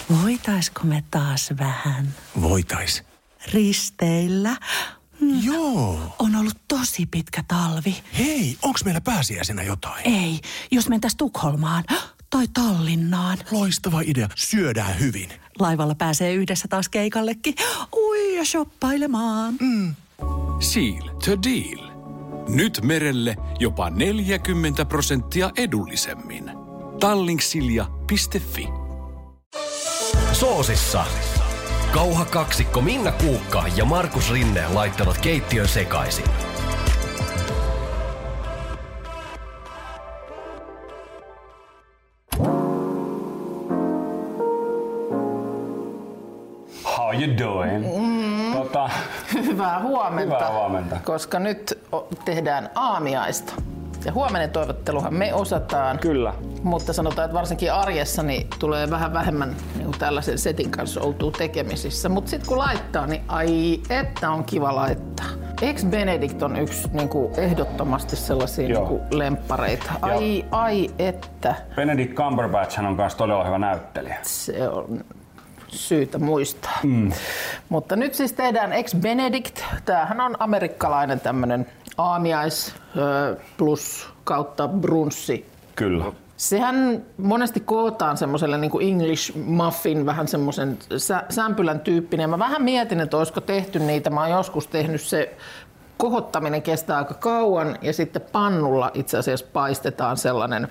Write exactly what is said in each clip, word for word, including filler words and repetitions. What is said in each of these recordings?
Voitaisko me taas vähän Voitais. risteillä? Joo. On ollut tosi pitkä talvi. Hei, onks meillä pääsiäisenä jotain? Ei, jos mentäis Tukholmaan tai Tallinnaan. Loistava idea. Syödään hyvin. Laivalla pääsee yhdessä taas keikallekin. Ui, ja shoppailemaan. Mm. Seal to deal. Nyt merelle jopa neljäkymmentä prosenttia edullisemmin. Tallingsilja piste fi. Soosissa. Kauha kaksikko Minna Kuukka ja Markus Rinne laittavat keittiön sekaisin. How you doing? Mm. Tota, Hyvää huomenta. Hyvää huomenta. Koska nyt tehdään aamiaista. Ja huomenen toivotteluhan me osataan. Kyllä. Mutta sanotaan, että varsinkin arjessa niin tulee vähän vähemmän niin kuin tällaisen setin kanssa oltuu tekemisissä. Mutta sitten kun laittaa, niin ai että on kiva laittaa. Eggs Benedict on yksi niin kuin ehdottomasti sellaisia niin kuin lemppareita. Ai, ja ai että. Benedict Cumberbatch on myös todella hyvä näyttelijä. Se on syytä muistaa. Mm. Mutta nyt siis tehdään Eggs Benedict. Tämähän on amerikkalainen tämmönen aamiais plus kautta brunssi. Kyllä. Sehän monesti kootaan semmoiselle niin kuin English muffin, vähän semmoisen sä- sämpylän tyyppinen. Mä vähän mietin, että olisiko tehty niitä. Mä oon joskus tehnyt se, kohottaminen kestää aika kauan ja sitten pannulla itse asiassa paistetaan sellainen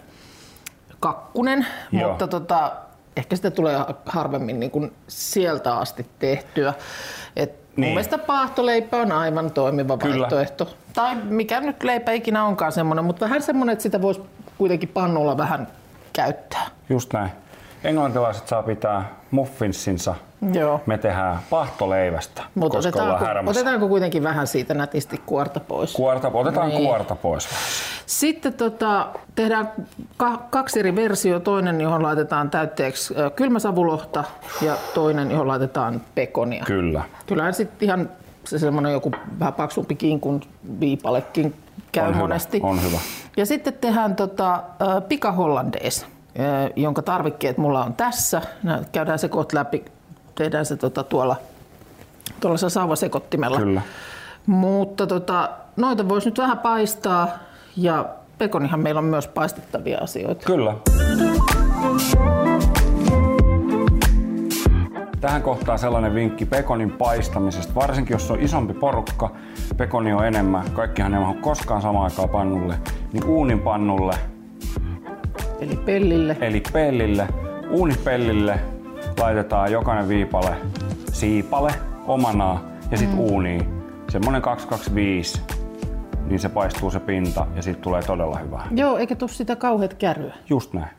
kakkunen. Joo. Mutta tota, ehkä sitä tulee harvemmin niin kuin sieltä asti tehtyä. Et niin. Mun mielestä paahtoleipä on aivan toimiva Kyllä. vaihtoehto. Tai mikä nyt leipä ikinä onkaan semmoinen, mutta vähän semmoinen, että sitä voisi kuitenkin pannulla vähän käyttää. Just näin. Englantilaiset saa pitää muffinsinsa. Joo. Me tehdään paahtoleivästä, Mut koska ollaan otetaanko, härmässä. otetaanko kuitenkin vähän siitä nätisti kuorta pois? Kuorta, otetaan niin. kuorta pois. Sitten tota, tehdään ka- kaksi eri versiota. Toinen, johon laitetaan täytteeksi kylmäsavulohta ja toinen, johon laitetaan pekonia. Kyllä. Kyllähän sitten ihan se semmoinen joku vähän paksumpi kinkun viipalekin käy on monesti. Hyvä, on hyvä. Ja sitten tehdään tota, pika hollandaise, jonka tarvikkeet mulla on tässä. Käydään se kohta läpi. Tehdään se tota, tuolla tuollaisella sauvasekottimella. Kyllä. Mutta tota, noita voisi nyt vähän paistaa ja pekonihan meillä on myös paistettavia asioita. Kyllä. Tähän kohtaa sellainen vinkki pekonin paistamisesta, varsinkin jos on isompi porukka, pekoni on enemmän, kaikkihan ei mahdu koskaan samaan aikaan pannulle, niin uuninpannulle. Eli pellille. Eli pellille. Uunipellille laitetaan jokainen viipale, siipale omanaan ja sitten mm. uuniin. Semmoinen kaksisataakaksikymmentäviisi, niin se paistuu se pinta ja siitä tulee todella hyvää. Joo, eikä tuu sitä kauheat kärryä. Just näin.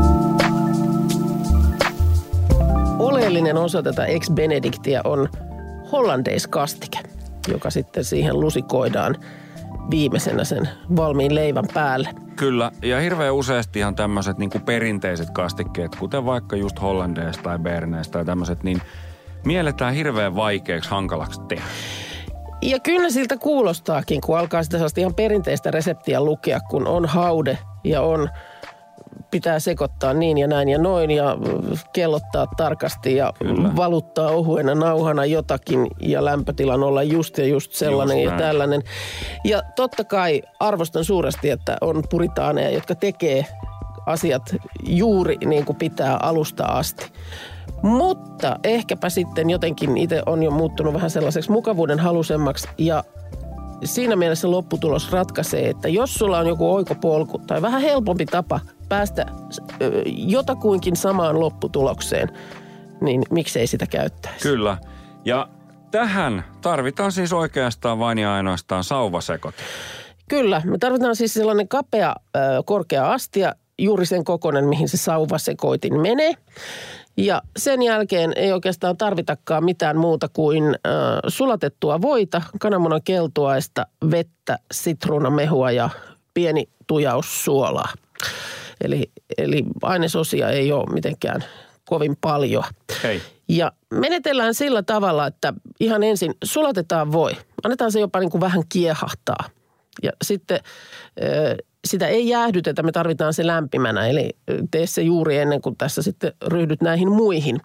Oleellinen osa tätä Eggs Benedictia on hollandaiskastike, joka sitten siihen lusikoidaan viimeisenä sen valmiin leivän päälle. Kyllä, ja hirveän useasti ihan tämmöiset niin kuin perinteiset kastikkeet, kuten vaikka just hollandaise tai bearnaise tai tämmöiset, niin mielletään hirveän vaikeaksi, hankalaksi tehdä. Ja kyllä siltä kuulostaakin, kun alkaa sitä sellaista ihan perinteistä reseptiä lukea, kun on haude ja on, pitää sekoittaa niin ja näin ja noin ja kellottaa tarkasti ja kyllä. valuttaa ohuena nauhana jotakin ja lämpötilan olla just ja just sellainen just ja tällainen. Ja totta kai arvostan suuresti, että on puritaaneja, jotka tekee asiat juuri niin kuin pitää alusta asti. Mutta ehkäpä sitten jotenkin itse on jo muuttunut vähän sellaiseksi mukavuuden halusemmaksi ja siinä mielessä lopputulos ratkaisee, että jos sulla on joku oikopolku tai vähän helpompi tapa päästä jotakuinkin samaan lopputulokseen, niin miksei sitä käyttäisi? Kyllä. Ja tähän tarvitaan siis oikeastaan vain ja ainoastaan sauvasekot. Kyllä. Me tarvitaan siis sellainen kapea, korkea astia, juuri sen kokoinen, mihin se sauvasekoitin menee. Ja sen jälkeen ei oikeastaan tarvitakaan mitään muuta kuin äh, sulatettua voita, kananmunan keltuaista, vettä, sitruunamehua ja pieni tujaus suolaa. Eli, eli ainesosia ei ole mitenkään kovin paljon. Hei. Ja menetellään sillä tavalla, että ihan ensin sulatetaan voi. Annetaan se jopa niin kuin vähän kiehahtaa. Ja sitten äh, sitä ei jäähdytetä, me tarvitaan se lämpimänä. Eli tee se juuri ennen kuin tässä sitten ryhdyt näihin muihin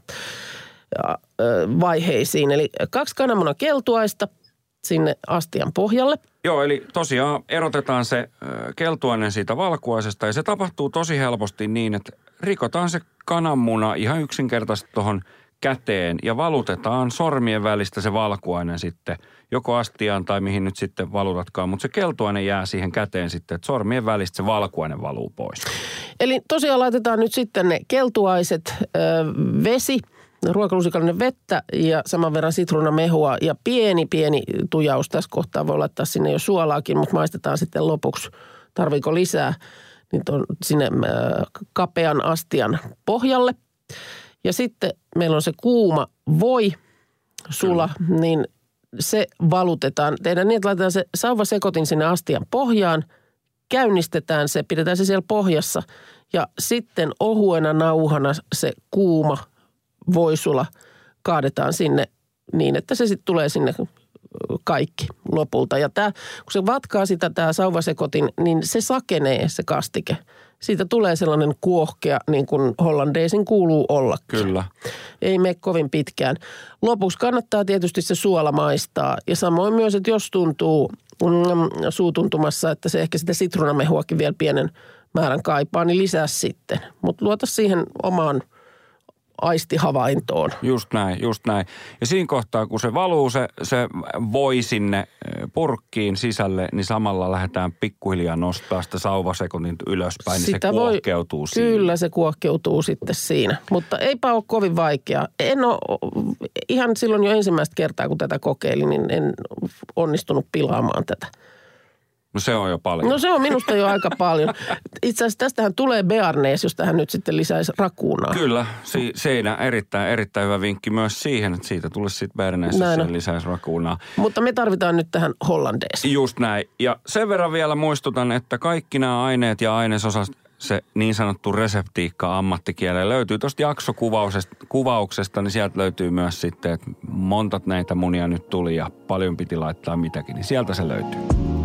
vaiheisiin. Eli kaksi kananmunan keltuaista sinne astian pohjalle. Joo, eli tosiaan erotetaan se keltuainen siitä valkuaisesta ja se tapahtuu tosi helposti niin, että rikotaan se kananmuna ihan yksinkertaisesti tuohon käteen ja valutetaan sormien välistä se valkuainen sitten joko astiaan tai mihin nyt sitten valutatkaan, mutta se keltuainen jää siihen käteen sitten, että sormien välistä se valkuainen valuu pois. Eli tosiaan laitetaan nyt sitten ne keltuaiset, ö, vesi, ruokalusikallinen vettä ja saman verran sitruunamehua ja pieni pieni tujaus. Tässä kohtaa voi laittaa sinne jo suolaakin, mutta maistetaan sitten lopuksi, tarviiko lisää, niin ton sinne ö, kapean astian pohjalle. Ja sitten meillä on se kuuma voi, sula, Kyllä. niin se valutetaan. Tehdään niin, että laitetaan se sauvasekotin sinne astian pohjaan, käynnistetään se, pidetään se siellä pohjassa ja sitten ohuena nauhana se kuuma voisula kaadetaan sinne niin, että se sitten tulee sinne kaikki lopulta. Ja tämä, kun se vatkaa sitä tämä sauvasekotin, niin se sakenee se kastike. Siitä tulee sellainen kuohkea, niin kuin hollandeisin kuuluu ollakin. Kyllä. Ei mene kovin pitkään. Lopuksi kannattaa tietysti se suola maistaa. Ja samoin myös, että jos tuntuu mm, suutuntumassa, että se ehkä sitä sitruunamehuakin vielä pienen määrän kaipaa, niin lisää sitten. Mutta luota siihen omaan aistihavaintoon. Just näin, just näin. Ja siinä kohtaa, kun se valuu, se, se voi sinne purkkiin sisälle, niin samalla lähdetään pikkuhiljaa nostaa sitä sauvasekotin ylöspäin, niin sitä se kuohkeutuu voi, siinä. Kyllä, se kuohkeutuu sitten siinä. Mutta eipä ole kovin vaikeaa. En ole, ihan silloin jo ensimmäistä kertaa, kun tätä kokeilin, niin en onnistunut pilaamaan tätä. No se on jo paljon. No se on minusta jo aika paljon. Itse asiassa tästähän tulee bearnaise, jos tähän nyt sitten lisäisi rakuunaa. Kyllä, si- siinä erittäin, erittäin hyvä vinkki myös siihen, että siitä tulisi sitten bearnaise, jos se lisäisi rakuunaa. Mutta me tarvitaan nyt tähän hollandaise. Just näin. Ja sen verran vielä muistutan, että kaikki nämä aineet ja ainesosat, se niin sanottu reseptiikka ammattikielellä löytyy tuosta jaksokuvauksesta, niin sieltä löytyy myös sitten, että montat näitä munia nyt tuli ja paljon piti laittaa mitäkin, niin sieltä se löytyy.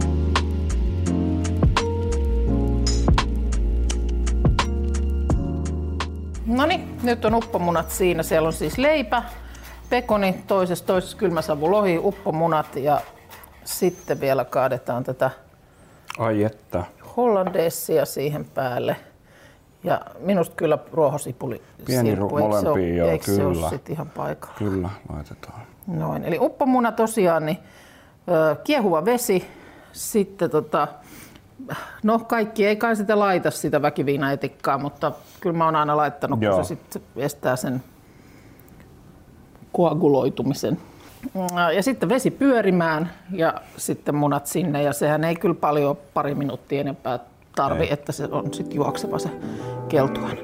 Noniin, nyt on uppomunat siinä. Siellä on siis leipä, pekoni, toisessa, toisessa kylmäsavulohi, uppomunat ja sitten vielä kaadetaan tätä Ai että. hollandaisea siihen päälle. Ja minusta kyllä ruohosipuli Pieni ru- molempia, joo, eikö kyllä. se ole sitten ihan paikalla? Kyllä, laitetaan. Noin, eli uppomuna tosiaan, niin ö, kiehuva vesi, sitten tota, no kaikki ei kai sitä laita sitä väkiviinaetikkaa, mutta kyllä mä oon aina laittanut, Joo. kun se sitten estää sen koaguloitumisen. Ja sitten vesi pyörimään ja sitten munat sinne ja sehän ei kyllä paljon pari minuuttia enempää tarvi, ei. Että se on sitten juokseva se keltuainen.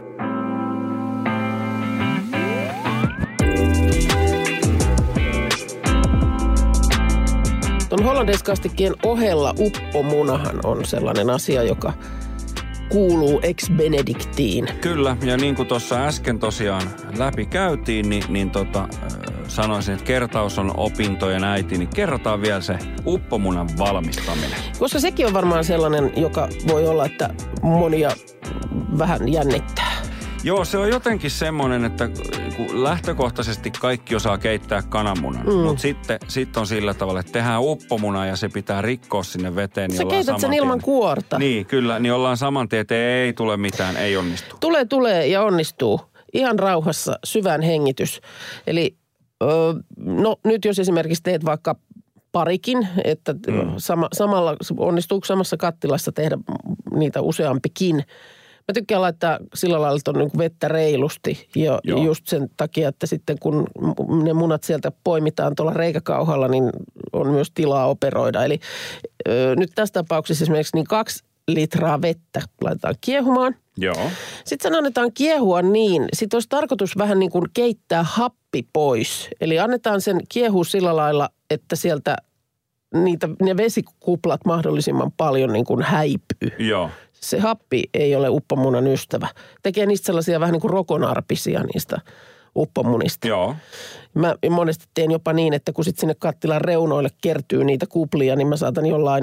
Tuon hollandaiskastikkeen ohella uppomunahan on sellainen asia, joka kuuluu ex-benediktiin. Kyllä, ja niin kuin tuossa äsken tosiaan läpi käytiin, niin, niin tota, sanoisin, että kertaus on opintojen äiti, niin kerrotaan vielä se uppomunan valmistaminen. Koska sekin on varmaan sellainen, joka voi olla, että monia vähän jännittää. Joo, se on jotenkin semmoinen, että lähtökohtaisesti kaikki osaa keittää kananmunan, mm. mutta sitten sit on sillä tavalla, että tehdään uppomuna ja se pitää rikkoa sinne veteen. Niin sä keität sen ilman kuorta. Niin, kyllä, niin ollaan saman tien, että ei tule mitään, ei onnistu. Tulee, tulee ja onnistuu. Ihan rauhassa, syvän hengitys. Eli öö, no nyt jos esimerkiksi teet vaikka parikin, että mm. sama, samalla, onnistuuko samassa kattilassa tehdä niitä useampikin. Mä tykkään laittaa sillä lailla, että on niin kuin vettä reilusti ja Joo. just sen takia, että sitten kun ne munat sieltä poimitaan tuolla reikäkauhalla, niin on myös tilaa operoida. Eli ö, nyt tässä tapauksessa esimerkiksi niin kaksi litraa vettä laitetaan kiehumaan. Joo. Sitten sen annetaan kiehua niin, sitten olisi tarkoitus vähän niin kuin keittää happi pois. Eli annetaan sen kiehua sillä lailla, että sieltä niitä, ne vesikuplat mahdollisimman paljon niin kuin häipyy. Joo. Se happi ei ole uppomunan ystävä. Tekee niistä sellaisia vähän niin kuin rokonarpisia niistä uppomunista. Joo. Mä monesti teen jopa niin, että kun sitten sinne kattilan reunoille kertyy niitä kuplia, niin mä saatan jollain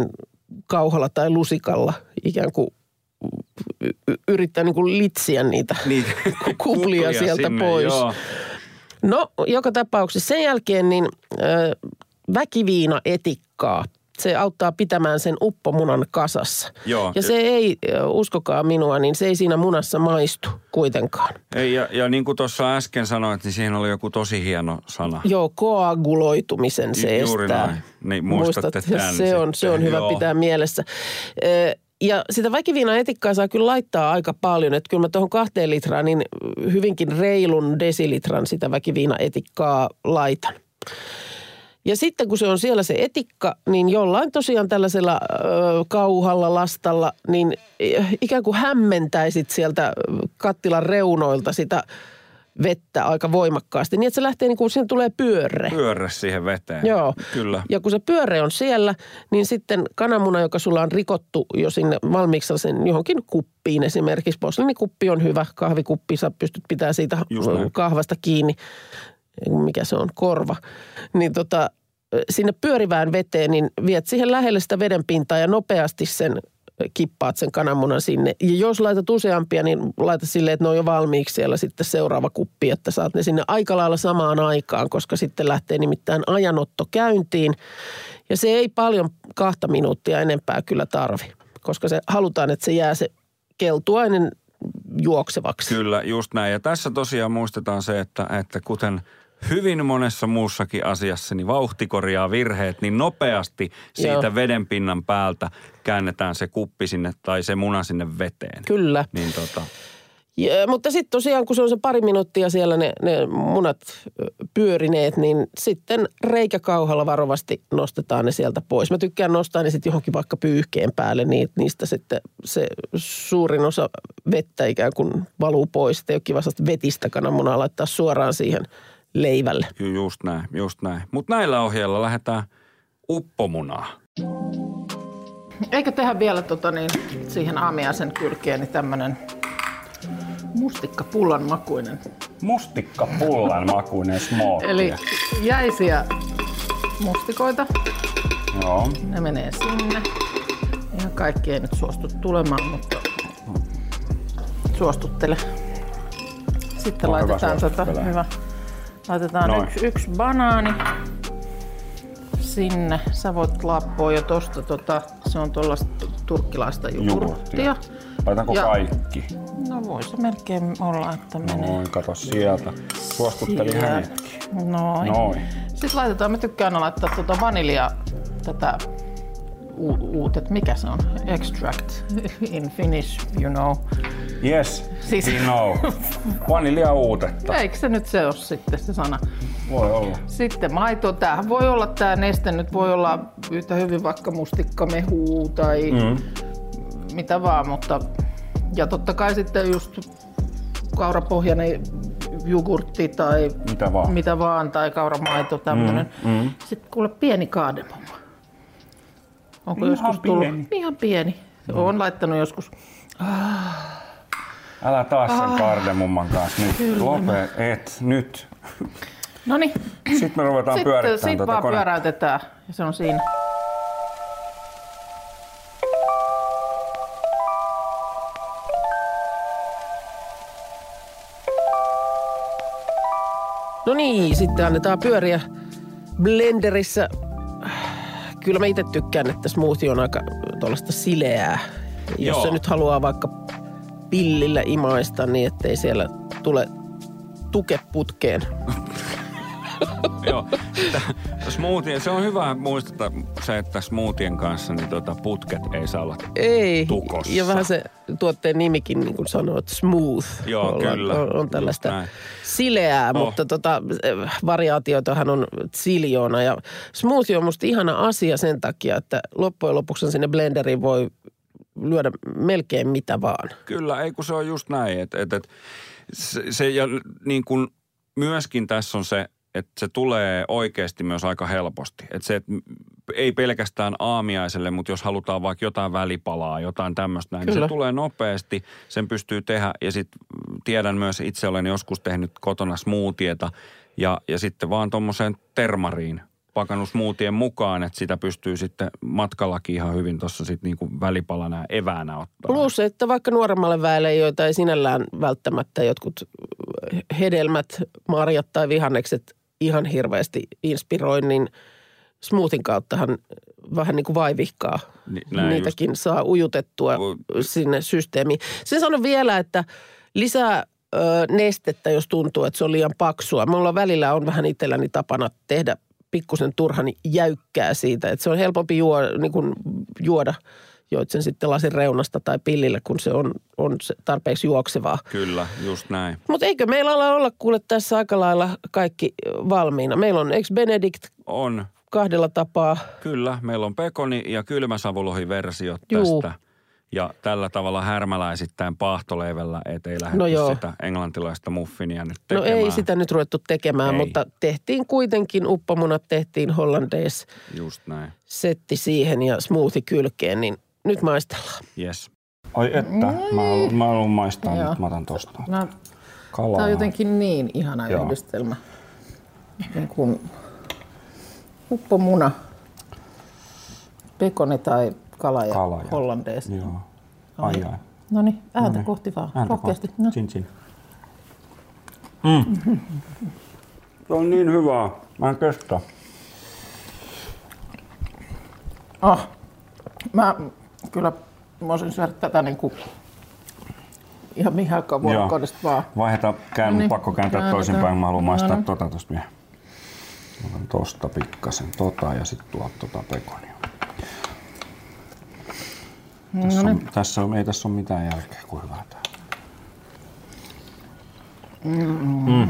kauhalla tai lusikalla ikään kuin y- yrittää niin kuin litsiä niitä Niin, kuplia sieltä sinne, pois. Joo. No, joka tapauksessa sen jälkeen niin ö, väkiviina etikkaa. Se auttaa pitämään sen uppomunan kasassa. Joo. Ja se ei, uskokaa minua, niin se ei siinä munassa maistu kuitenkaan. Ei, ja, ja niin kuin tuossa äsken sanoit, niin siihen oli joku tosi hieno sana. Joo, koaguloitumisen se Juuri estää. näin. Niin, muistatte tämän se on, se on sitten, hyvä joo. pitää mielessä. Ja sitä väkiviinan etikkaa saa kyllä laittaa aika paljon. Että kyllä mä tuohon kahteen litraan niin hyvinkin reilun desilitran sitä väkiviina etikkaa laitan. Ja sitten kun se on siellä se etikka, niin jollain tosiaan tällaisella ö, kauhalla, lastalla, niin ikään kuin hämmentäisit sieltä kattilan reunoilta sitä vettä aika voimakkaasti. Niin että se lähtee niin kuin siihen tulee pyörre. Pyörre siihen veteen. Joo. Kyllä. Ja kun se pyörre on siellä, niin sitten kananmuna, joka sulla on rikottu jo sinne valmiiksi sen johonkin kuppiin esimerkiksi. Posliinikuppi on hyvä, kahvikuppi, sä pystyt pitämään siitä kahvasta kiinni. Mikä se on, korva. Niin tota, sinne pyörivään veteen, niin viet siihen lähelle sitä vedenpintaa ja nopeasti sen kippaat sen kananmunan sinne. Ja jos laitat useampia, niin laita silleen, että ne on jo valmiiksi siellä sitten seuraava kuppi, että saat ne sinne aika lailla samaan aikaan, koska sitten lähtee nimittäin ajanotto käyntiin. Ja se ei paljon kahta minuuttia enempää kyllä tarvi, koska se halutaan, että se jää se keltuainen juoksevaksi. Kyllä, just näin. Ja tässä tosiaan muistetaan se, että, että kuten hyvin monessa muussakin asiassa, niin vauhti korjaa virheet, niin nopeasti siitä Joo. vedenpinnan päältä käännetään se kuppi sinne tai se muna sinne veteen. Kyllä. Niin tota... Ja, mutta sitten tosiaan, kun se on se pari minuuttia siellä ne, ne munat pyörineet, niin sitten reikäkauhalla varovasti nostetaan ne sieltä pois. Mä tykkään nostaa ne sitten johonkin vaikka pyyhkeen päälle, niin niistä sitten se suurin osa vettä ikään kuin valuu pois. Ei ole kiva vetistä kananmunaa laittaa suoraan siihen leivälle. Just näin, just näin. Mutta näillä ohjeilla lähdetään uppomunaa. Eikö tehdä vielä tota niin, siihen aamiaisen kylkeen niin tämmönen mustikkapullan makuinen. Mustikkapullan makuinen smoothie. Eli jäisiä mustikoita. Joo. Ne menee sinne. Ihan kaikki ei nyt suostu tulemaan, mutta suostuttele. Sitten On laitetaan hyvä tota, hyvä. Laitetaan Noin. yksi, yksi banaani sinne. Sä voit laappoa jo tosta, tota, se on tuollaista turkkilaista jogurttia. Laitanko Ja- kaikki? No voi se melkein olla, että menee. Noin, kato sieltä. Suostutteli Sieltä. hänetkin. Noin. Noin. Sitten laitetaan, mä tykkään aina laittaa tuota vaniljaa, tätä u- uutet, mikä se on? Extract in Finnish, you know. Yes, Siis- we know. Vanilja uutetta. Eikö se nyt se ole sitten se sana? Voi olla. Sitten maito. Tämähän voi olla, tämä neste nyt voi olla yhtä hyvin vaikka mustikkamehua tai mm. mitä vaan, mutta ja totta kai sitten just kaurapohjainen jogurtti tai Mitä vaan. mitä vaan tai kauramaito tämmöinen. Mm, mm. Sitten kuule pieni kaademumma. Onko Ihan joskus tullut? pieni. Ihan pieni. Mm. Olen laittanut joskus. Älä taas sen kardemumman kanssa nyt. Lope, et, nyt. Noniin. Sitten me ruvetaan Sitten pyörittämään sit tätä vaan konetta. pyöräytetään ja se on siinä. No niin, sitten annetaan pyöriä blenderissä. Kyllä mä itse tykkään, että smoothie on aika tuollaista sileää. Jos Joo. se nyt haluaa vaikka pillillä imaista, niin ettei siellä tule tuke putkeen. Joo. Tää smoothie, se on hyvä muistuttaa se, että smoothien kanssa niin tota putket ei saa olla Ei. tukossa. Ja vähän se tuotteen nimikin niin kuin sanoo, että smooth. Joo, Ollaan- kyllä. On, on Just tällaista näin. sileää, Oh. mutta tota, variaatioitahan on ziljoona. Ja smoothie on musta ihana asia sen takia, että loppujen lopuksi sinne blenderiin voi lyödä melkein mitä vaan. Kyllä, ei kun se on just näin. Et, et, et, se, se, ja niin kuin myöskin tässä on se, että se tulee oikeasti myös aika helposti. Että se, et ei pelkästään aamiaiselle, mutta jos halutaan vaikka jotain välipalaa, jotain tämmöistä näin, niin Kyllä. se tulee nopeasti, sen pystyy tehdä. Ja sitten tiedän myös, itse olen joskus tehnyt kotona smoothieta ja, ja sitten vaan tuommoiseen termariin pakanusmuutien mukaan, että sitä pystyy sitten matkallakin ihan hyvin tuossa sitten niinku välipalana ja eväänä ottaa. Plus, että vaikka nuoremmalle väelle, joita ei sinällään välttämättä jotkut hedelmät, marjat tai vihannekset ihan hirveästi inspiroi, niin smoothin kauttahan vähän niin kuin vaivihkaa. Ni, Niitäkin just saa ujutettua sinne systeemiin. Sen sanon vielä, että lisää ö, nestettä, jos tuntuu, että se on liian paksua. Mulla välillä on vähän itselläni tapana tehdä pikkusen turhan jäykkää siitä, että se on helpompi juo, niin kuin juoda joit sen sitten lasin reunasta tai pillillä, kun se on, on se tarpeeksi juoksevaa. Kyllä, just näin. Mutta eikö meillä olla, olla kuule tässä aika lailla kaikki valmiina? Meillä on ex Benedict on kahdella tapaa. Kyllä, meillä on pekoni ja kylmäsavulohiversiot Juu. tästä. Ja tällä tavalla härmäläisittäin paahtoleivellä, ettei lähdetty No sitä englantilaista muffinia nyt tekemään. No ei sitä nyt ruvettu tekemään, ei. Mutta tehtiin kuitenkin uppomunat, tehtiin hollandaise. Just näin. Setti siihen ja smoothie kylkeen, niin nyt maistellaan. Yes. Ai että, mä haluan, mä haluan maistaa Joo. nyt, mä otan tosta. No, Kalaa. tämä on jotenkin niin ihana Joo. yhdistelmä. Niin kuin uppomuna, pekoni tai kala ja, Kala ja hollandaise. Joo. Ai ai. No niin, ääntä Noniin. kohti vaan. Ääntä Rohkeasti. kohti. No. Chin chin. Mm. Se on niin hyvää. Mä en kestä. Oh, mä kyllä voisin syödä tätä niin kuin ihan mihin aikaan vuorokaudesta vaan. Vaihdetaan, käyn, No niin. pakko kääntää Käännetään. toisinpäin. Mä haluan No maistaa niin. tota tosta vielä. Otan tosta pikkasen tota ja sit tuot tota pekonia. Tässä, No on, niin. tässä on, ei tässä ole mitään jälkeä, kuin hyvää tää. Mm.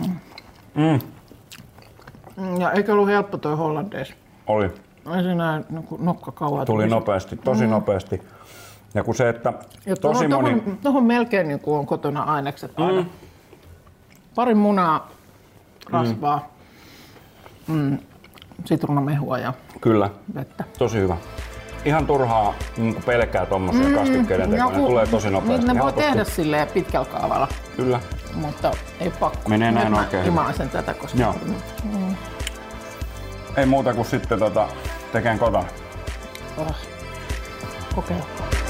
Ja eikä ollut helppo toi hollandaise. Oli. Ei se näin niin nokka kauan. Tuli nopeasti, tosi mm. nopeasti. Ja kun se, että Ja tosi tohon, moni... tohon, tohon melkein niin kuin on kotona ainekset aina. Mm. Pari munaa, rasvaa, mm. Mm. sitruunamehua ja Kyllä, vettä. tosi hyvä. Ihan turhaa niin pelkää tommosia mm. kastikkeiden tekoa. Ne tulee tosi nopeasti. Ne voi helposti. tehdä silleen pitkällä kaavalla, Kyllä. mutta ei pakko. Menee näin Nyt mä oikein hyvin. imaisen tätä, koska... Joo. Mm. Ei muuta kuin sitten tota, tekeen kotona. Oh. Kokeilla.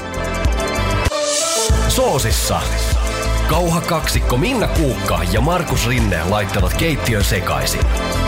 Soosissa. Kauhakaksikko Minna Kuukka ja Markus Rinne laittavat keittiön sekaisin.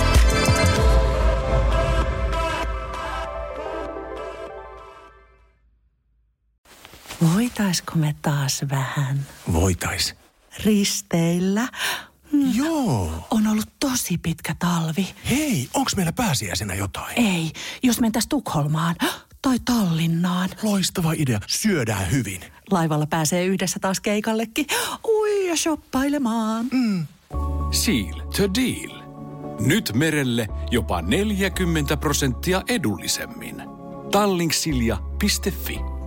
Voitaisko me taas vähän Voitais. risteillä? Mm. Joo. On ollut tosi pitkä talvi. Hei, onks meillä pääsiäisenä jotain? Ei, jos mentäis Tukholmaan tai Tallinnaan. Loistava idea. Syödään hyvin. Laivalla pääsee yhdessä taas keikallekin. Ui ja shoppailemaan. Mm. Seal to deal. Nyt merelle jopa neljäkymmentä prosenttia edullisemmin. Tallink Silja piste fi